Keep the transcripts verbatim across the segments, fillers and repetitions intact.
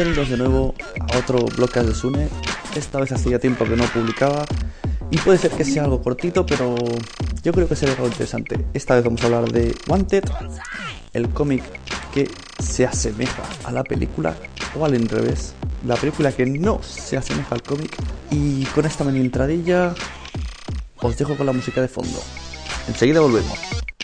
Bienvenidos de nuevo a otro Blogcast de Sune. Esta vez hacía tiempo que no publicaba y puede ser que sea algo cortito, pero yo creo que será algo interesante. Esta vez vamos a hablar de Wanted, el cómic que se asemeja a la película o al revés, la película que no se asemeja al cómic. Y con esta mini entradilla os dejo con la música de fondo. Enseguida volvemos.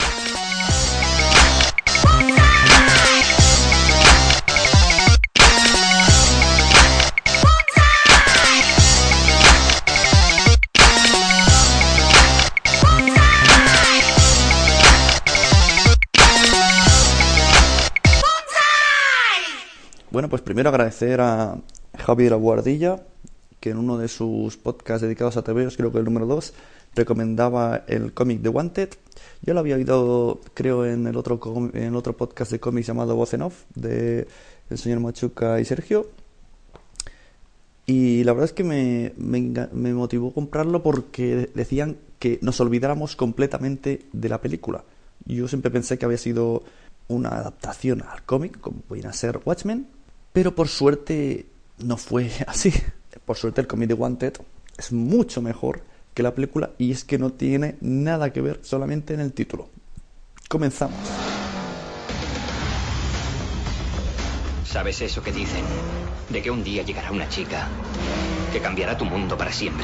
Bueno, pues primero agradecer a Javier Aguardilla, que en uno de sus podcasts dedicados a T V Os, creo que el número dos, recomendaba el cómic de Wanted. Yo lo había oído, creo, en el otro en otro podcast de cómics llamado Voz en Off, de el señor Machuca y Sergio. Y la verdad es que me, me, me motivó comprarlo porque decían que nos olvidáramos completamente de la película. Yo siempre pensé que había sido una adaptación al cómic, como podía ser Watchmen, pero por suerte no fue así. Por suerte el cómic de Wanted es mucho mejor que la película y es que no tiene nada que ver, solamente en el título. Comenzamos. ¿Sabes eso que dicen? De que un día llegará una chica que cambiará tu mundo para siempre.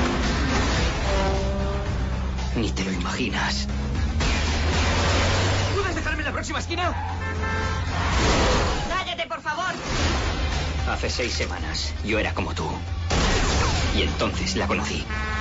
Ni te lo imaginas. ¿Puedes dejarme en la próxima esquina? ¡Cállate, por favor! Hace seis semanas yo era como tú. Y entonces la conocí.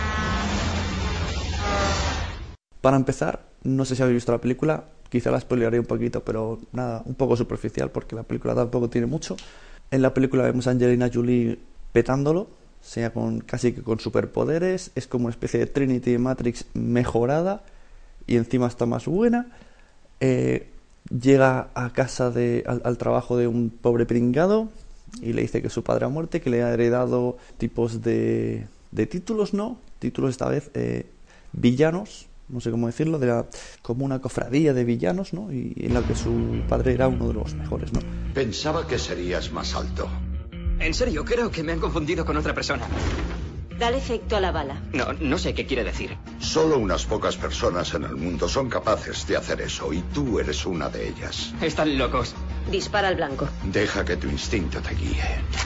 Para empezar, no sé si habéis visto la película, quizá la spoilearé un poquito, pero nada, un poco superficial porque la película tampoco tiene mucho. En la película vemos a Angelina Jolie petándolo, sea con casi que con superpoderes, es como una especie de Trinity de Matrix mejorada y encima está más buena. Eh, llega a casa de al, al trabajo de un pobre pringado y le dice que su padre ha muerto, que le ha heredado tipos de, de títulos, ¿no? Títulos esta vez eh, villanos, no sé cómo decirlo, de la, como una cofradía de villanos, ¿no? Y en la que su padre era uno de los mejores, ¿no? Pensaba que serías más alto. En serio, creo que me han confundido con otra persona. Dale efecto a la bala. No, no sé qué quiere decir. Solo unas pocas personas en el mundo son capaces de hacer eso y tú eres una de ellas. Están locos. Dispara al blanco. Deja que tu instinto te guíe.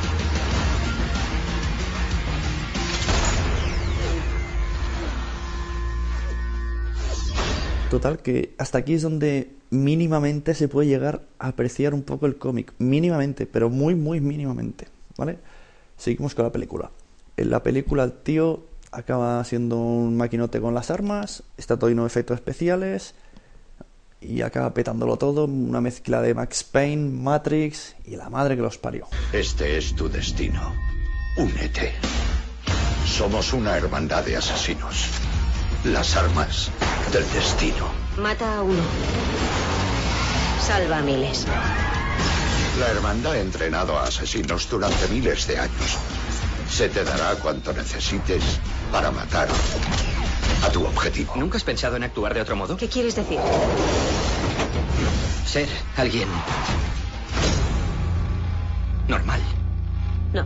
Total, que hasta aquí es donde mínimamente se puede llegar a apreciar un poco el cómic. Mínimamente, pero muy, muy mínimamente, ¿vale? Seguimos con la película. En la película el tío acaba siendo un maquinote con las armas, está todo lleno de efectos especiales y acaba petándolo todo, una mezcla de Max Payne, Matrix y la madre que los parió. Este es tu destino. Únete. Somos una hermandad de asesinos. Las armas del destino. Mata a uno. Salva a miles. La hermandad ha entrenado a asesinos durante miles de años. Se te dará cuanto necesites para matar a tu objetivo. ¿Nunca has pensado en actuar de otro modo? ¿Qué quieres decir? Ser alguien normal. No.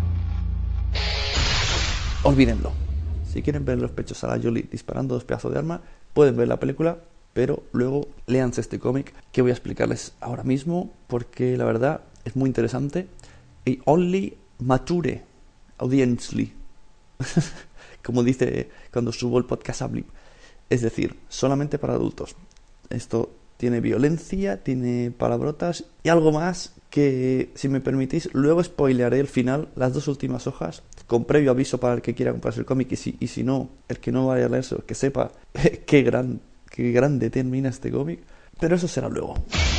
Olvídenlo. Si quieren ver los pechos a la Jolie disparando dos pedazos de arma, pueden ver la película, pero luego léanse este cómic que voy a explicarles ahora mismo porque la verdad es muy interesante. Y only mature audiensely, como dice cuando subo el podcast a Blip, es decir, solamente para adultos. Esto tiene violencia, tiene palabrotas y algo más que, si me permitís, luego spoilearé el final, las dos últimas hojas, con previo aviso para el que quiera comprarse el cómic y si, y si no, el que no vaya a leerse, que sepa qué, gran, qué grande termina este cómic, pero eso será luego.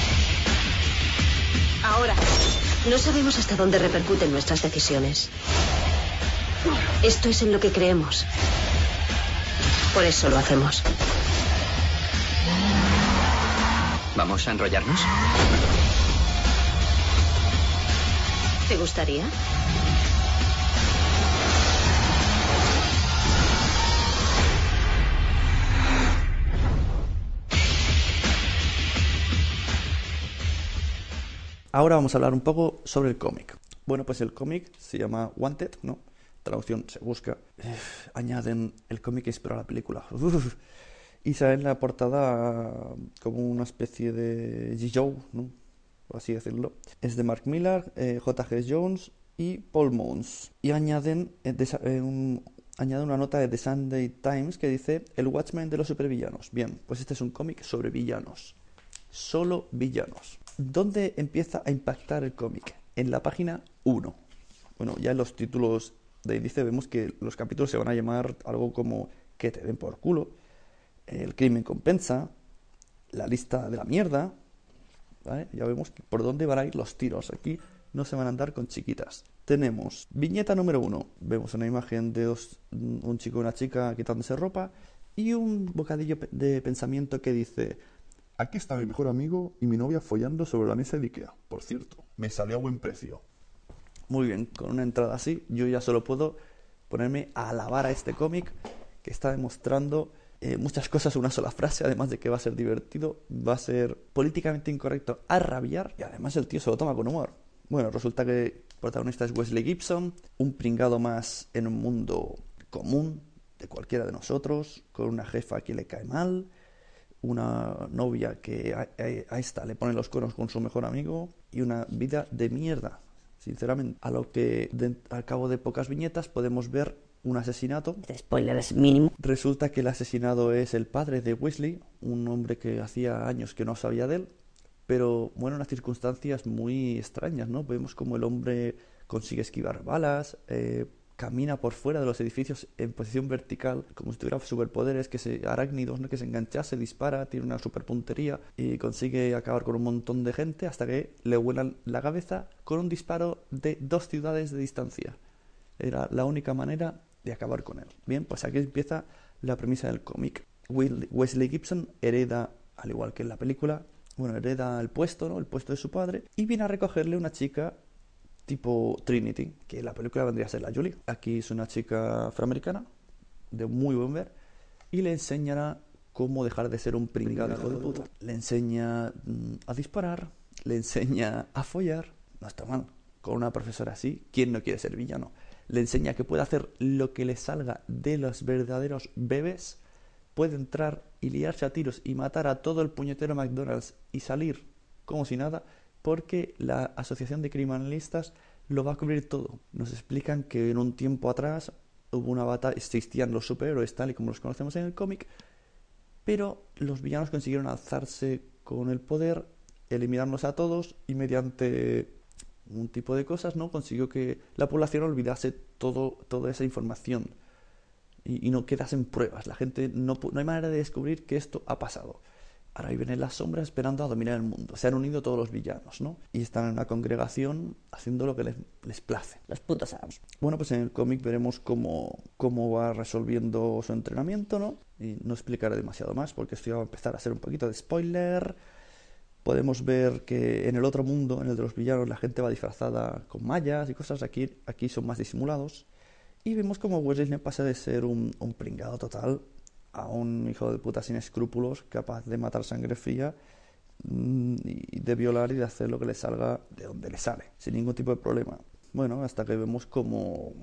Ahora, no sabemos hasta dónde repercuten nuestras decisiones. Esto es en lo que creemos. Por eso lo hacemos. ¿Vamos a enrollarnos? ¿Te gustaría? Ahora vamos a hablar un poco sobre el cómic. Bueno, pues el cómic se llama Wanted, ¿no? Traducción se busca. Eh, añaden el cómic que inspiró la película. Uf. Y sale en la portada como una especie de G. Joe, ¿no? Por así decirlo. Es de Mark Millar, eh, J G Jones y Paul Mons. Y añaden, eh, de, eh, un, añaden una nota de The Sunday Times que dice el Watchmen de los supervillanos. Bien, pues este es un cómic sobre villanos. Solo villanos. ¿Dónde empieza a impactar el cómic? En la página uno. Bueno, ya en los títulos de índice vemos que los capítulos se van a llamar algo como que te den por culo, el crimen compensa, la lista de la mierda, ¿vale? Ya vemos por dónde van a ir los tiros. Aquí no se van a andar con chiquitas. Tenemos viñeta número uno. Vemos una imagen de dos, un chico y una chica quitándose ropa y un bocadillo de pensamiento que dice: aquí está mi mejor amigo y mi novia follando sobre la mesa de Ikea. Por cierto, me salió a buen precio. Muy bien, con una entrada así yo ya solo puedo ponerme a alabar a este cómic que está demostrando eh, muchas cosas en una sola frase, además de que va a ser divertido, va a ser políticamente incorrecto a rabiar y además el tío se lo toma con humor. Bueno, resulta que el protagonista es Wesley Gibson, un pringado más en un mundo común de cualquiera de nosotros, con una jefa que le cae mal, una novia que a, a, a esta le pone los cuernos con su mejor amigo y una vida de mierda, sinceramente. A lo que de, al cabo de pocas viñetas podemos ver un asesinato. Este spoiler es mínimo. Resulta que el asesinado es el padre de Wesley, un hombre que hacía años que no sabía de él, pero bueno, unas circunstancias muy extrañas, ¿no? Vemos como el hombre consigue esquivar balas, eh, camina por fuera de los edificios en posición vertical, como si tuviera superpoderes, que se arácnidos, ¿no? Que se enganchase, dispara, tiene una superpuntería y consigue acabar con un montón de gente hasta que le vuelan la cabeza con un disparo de dos ciudades de distancia. Era la única manera de acabar con él. Bien, pues aquí empieza la premisa del cómic. Wesley Gibson hereda, al igual que en la película, bueno, hereda el puesto, ¿no? El puesto de su padre, y viene a recogerle una chica tipo Trinity, que en la película vendría a ser la Julie. Aquí es una chica afroamericana de muy buen ver y le enseñará cómo dejar de ser un pringado hijo de puta. Le enseña mmm, a disparar, le enseña a follar. No está mal. Con una profesora así, ¿quién no quiere ser villano? Le enseña que puede hacer lo que le salga de los verdaderos bebés, puede entrar y liarse a tiros y matar a todo el puñetero McDonald's y salir como si nada, porque la asociación de criminalistas lo va a cubrir todo. Nos explican que en un tiempo atrás hubo una batalla, existían los superhéroes tal y como los conocemos en el cómic, pero los villanos consiguieron alzarse con el poder, eliminarlos a todos y mediante un tipo de cosas, ¿no? Consiguió que la población olvidase todo, toda esa información y, y no quedasen pruebas. La gente no, no hay manera de descubrir que esto ha pasado. Ahora viven en las sombras esperando a dominar el mundo. Se han unido todos los villanos, ¿no? Y están en una congregación haciendo lo que les, les place. Los putos amos. Bueno, pues en el cómic veremos cómo, cómo va resolviendo su entrenamiento, ¿no? Y no explicaré demasiado más porque esto ya va a empezar a ser un poquito de spoiler. Podemos ver que en el otro mundo, en el de los villanos, la gente va disfrazada con mallas y cosas. Aquí, aquí son más disimulados. Y vemos como Wesley pasa de ser un, un pringado total a un hijo de puta sin escrúpulos, capaz de matar sangre fría y de violar y de hacer lo que le salga de donde le sale, sin ningún tipo de problema. Bueno, hasta que vemos cómo,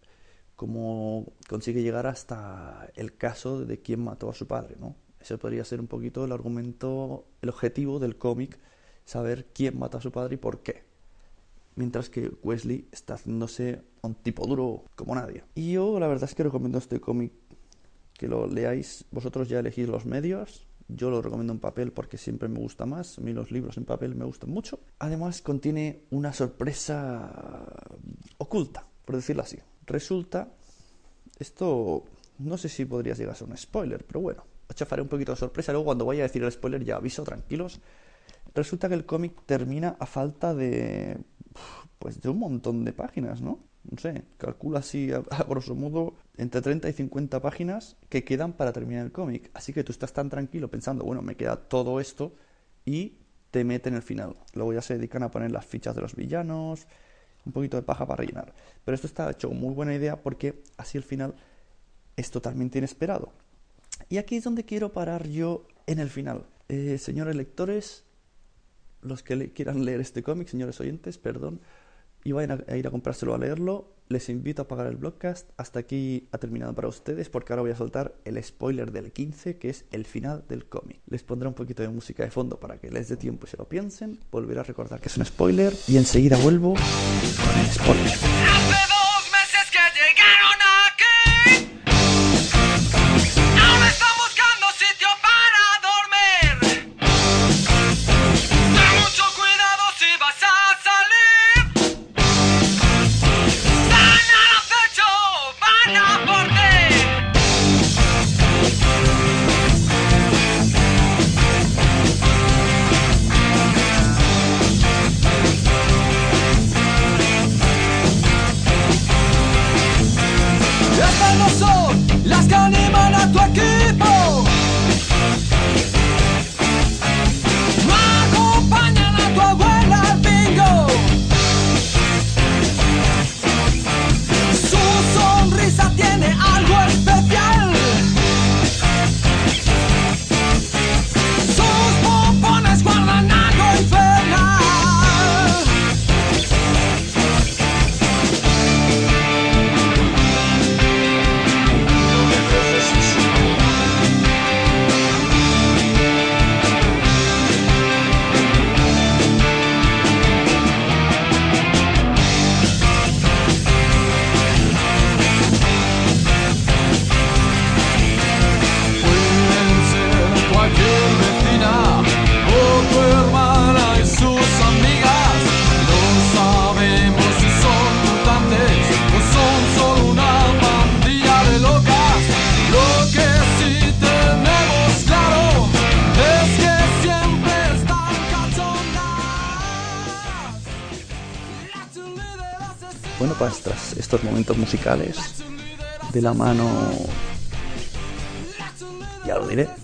cómo consigue llegar hasta el caso de quién mató a su padre, ¿no? Ese podría ser un poquito el argumento, el objetivo del cómic, saber quién mató a su padre y por qué. Mientras que Wesley está haciéndose un tipo duro como nadie. Y yo la verdad es que recomiendo este cómic que lo leáis. Vosotros ya elegís los medios. Yo lo recomiendo en papel porque siempre me gusta más. A mí los libros en papel me gustan mucho. Además contiene una sorpresa oculta, por decirlo así. Resulta, esto no sé si podría llegar a ser un spoiler, pero bueno, os chafaré un poquito de sorpresa. Luego cuando vaya a decir el spoiler ya aviso, tranquilos. Resulta que el cómic termina a falta de pues de un montón de páginas, ¿no? No sé, calculo así a, a grosso modo entre treinta y cincuenta páginas que quedan para terminar el cómic. Así que tú estás tan tranquilo pensando, bueno, me queda todo esto y te meten el final. Luego ya se dedican a poner las fichas de los villanos, un poquito de paja para rellenar. Pero esto está hecho muy buena idea porque así el final es totalmente inesperado. Y aquí es donde quiero parar yo en el final. Eh, señores lectores, los que le quieran leer este cómic, señores oyentes, perdón, y vayan a ir a comprárselo a leerlo. Les invito a pagar el blogcast. Hasta aquí ha terminado para ustedes, porque ahora voy a soltar el spoiler del quince, que es el final del cómic. Les pondré un poquito de música de fondo para que les dé tiempo y se lo piensen. Volveré a recordar que es un spoiler y enseguida vuelvo con el spoiler. Hace dos meses que llegaron aquí. Ahora están buscando sitio para dormir. Ten mucho cuidado si vas a salir. Están al acecho, van a por ti. Estas no son las que animan a tu equipo. No acompañan a tu abuela al bingo. Su sonrisa tiene algo especial. Sus pompones guardan algo infernal. Pueden ser cualquier vecina o tu hermana y sus amigas. No sabemos si son mutantes o son solo una pandilla de locas. Lo que sí tenemos claro es que siempre están cachondas. La cheerleader asesina. Bueno, pues tras estos momentos musicales, de la mano, ya lo diré,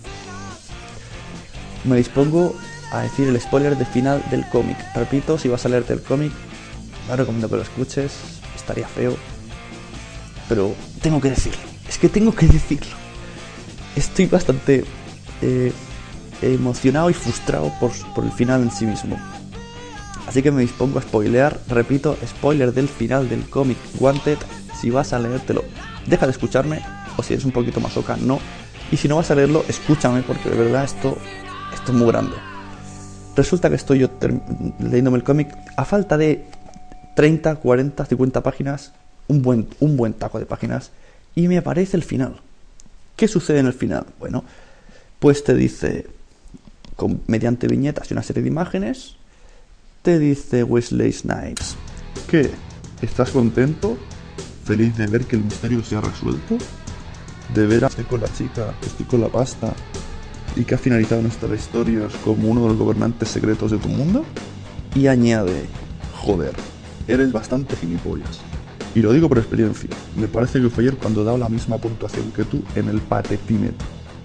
me dispongo a decir el spoiler de final del cómic. Repito, si vas a leerte el cómic, no recomiendo que lo escuches, estaría feo, pero tengo que decirlo, es que tengo que decirlo. Estoy bastante eh, emocionado y frustrado por, por el final en sí mismo. Así que me dispongo a spoilear, repito, spoiler del final del cómic Wanted. Si vas a leértelo, deja de escucharme, o si eres un poquito más oca, no. Y si no vas a leerlo, escúchame, porque de verdad esto, esto es muy grande. Resulta que estoy yo leyéndome el cómic a falta de treinta, cuarenta, cincuenta páginas, un buen, un buen taco de páginas, y me aparece el final. ¿Qué sucede en el final? Bueno, pues te dice, con, mediante viñetas y una serie de imágenes, te dice Wesley Snipes: ¿Qué? ¿Estás contento? ¿Feliz de ver que el misterio se ha resuelto? ¿De ver a estoy con la chica, estoy con la pasta y que ha finalizado nuestras historias como uno de los gobernantes secretos de tu mundo? y añade: Joder, eres bastante gilipollas. Y lo digo por experiencia, me parece que fue ayer cuando he dado la misma puntuación que tú en el patetímetro.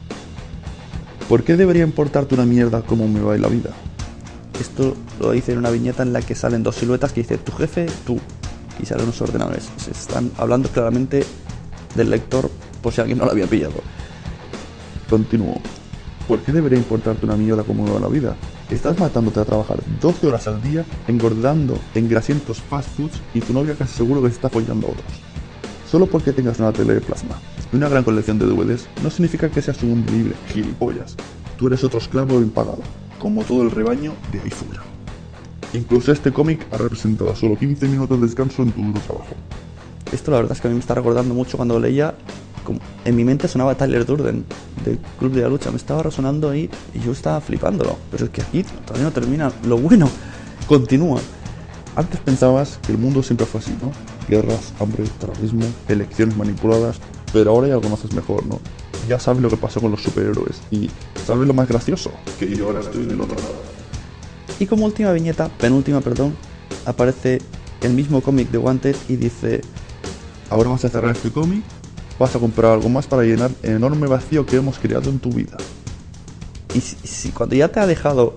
¿Por qué debería importarte una mierda cómo me va en la vida? Esto lo dice en una viñeta en la que salen dos siluetas que dice tu jefe, tú, y salen unos ordenadores. Se están hablando claramente del lector, por si alguien no lo había pillado. Continúo. ¿Por qué debería importarte una mierda cómo me va la vida? Estás matándote a trabajar doce horas al día, engordando en grasientos fast foods, y tu novia casi seguro que se está follando a otros. Solo porque tengas una tele de plasma y una gran colección de D V Ds no significa que seas un hombre libre, gilipollas. Tú eres otro esclavo impagado, como todo el rebaño de ahí fuera. Incluso este cómic ha representado solo quince minutos de descanso en tu duro trabajo. Esto la verdad es que a mí me está recordando mucho cuando leía, como en mi mente sonaba Tyler Durden del Club de la Lucha, me estaba resonando ahí y yo estaba flipándolo. Pero es que aquí todavía no termina, lo bueno continúa. Antes pensabas que el mundo siempre fue así, ¿no? Guerras, hambre, terrorismo, elecciones manipuladas, pero ahora ya lo conoces mejor, ¿no? Ya sabes lo que pasó con los superhéroes y ¿sabes lo más gracioso? Que yo ahora estoy del otro lado. Y como última viñeta, penúltima, perdón, aparece el mismo cómic de Wanted y dice: ahora vas a cerrar este cómic, vas a comprar algo más para llenar el enorme vacío que hemos creado en tu vida. Y si, si cuando ya te ha dejado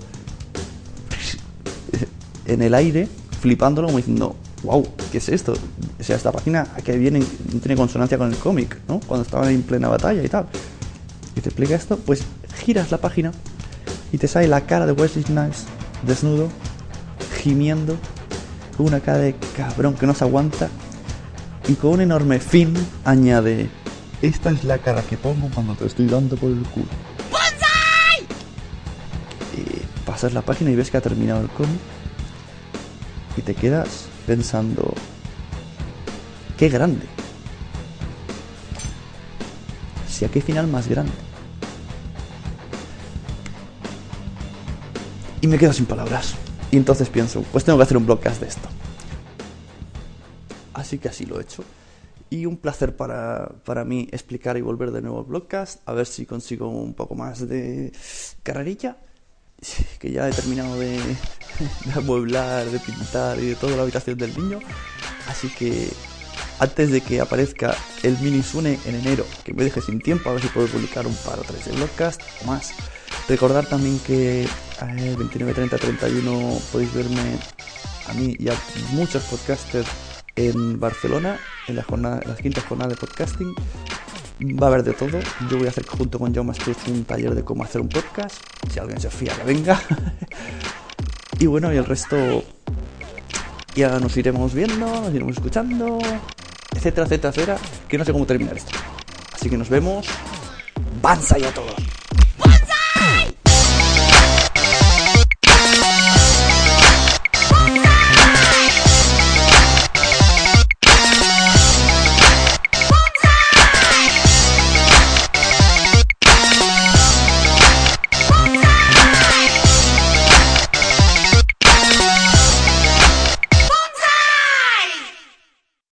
en el aire, flipándolo, como diciendo: wow, ¿qué es esto? O sea, esta página que viene no tiene consonancia con el cómic, ¿no? Cuando estaban en plena batalla y tal. Y te explica esto, pues giras la página y te sale la cara de Wesley Snipes desnudo, gimiendo, con una cara de cabrón que no se aguanta y con un enorme fin añade: esta es la cara que pongo cuando te estoy dando por el culo. Y pasas la página y ves que ha terminado el cómic y te quedas pensando: ¡qué grande! Si a qué final más grande. Y me quedo sin palabras. Y entonces pienso, pues tengo que hacer un podcast de esto. Así que así lo he hecho. Y un placer para, para mí explicar y volver de nuevo al podcast. A ver si consigo un poco más de carrerilla. Que ya he terminado de, de amueblar, de pintar y de toda la habitación del niño. Así que antes de que aparezca el mini Sune en enero, que me deje sin tiempo, a ver si puedo publicar un par o tres de podcast o más. Recordar también que el veintinueve, treinta, treinta y uno podéis verme a mí y a muchos podcasters en Barcelona, en la jornada, en las quintas jornadas de podcasting. Va a haber de todo. Yo voy a hacer junto con Jaume Sturz un taller de cómo hacer un podcast. Si alguien se fía, que venga. Y bueno, y el resto ya nos iremos viendo, nos iremos escuchando, etcétera, etcétera, etcétera. Que no sé cómo terminar esto. Así que nos vemos. ¡Banzai a todos!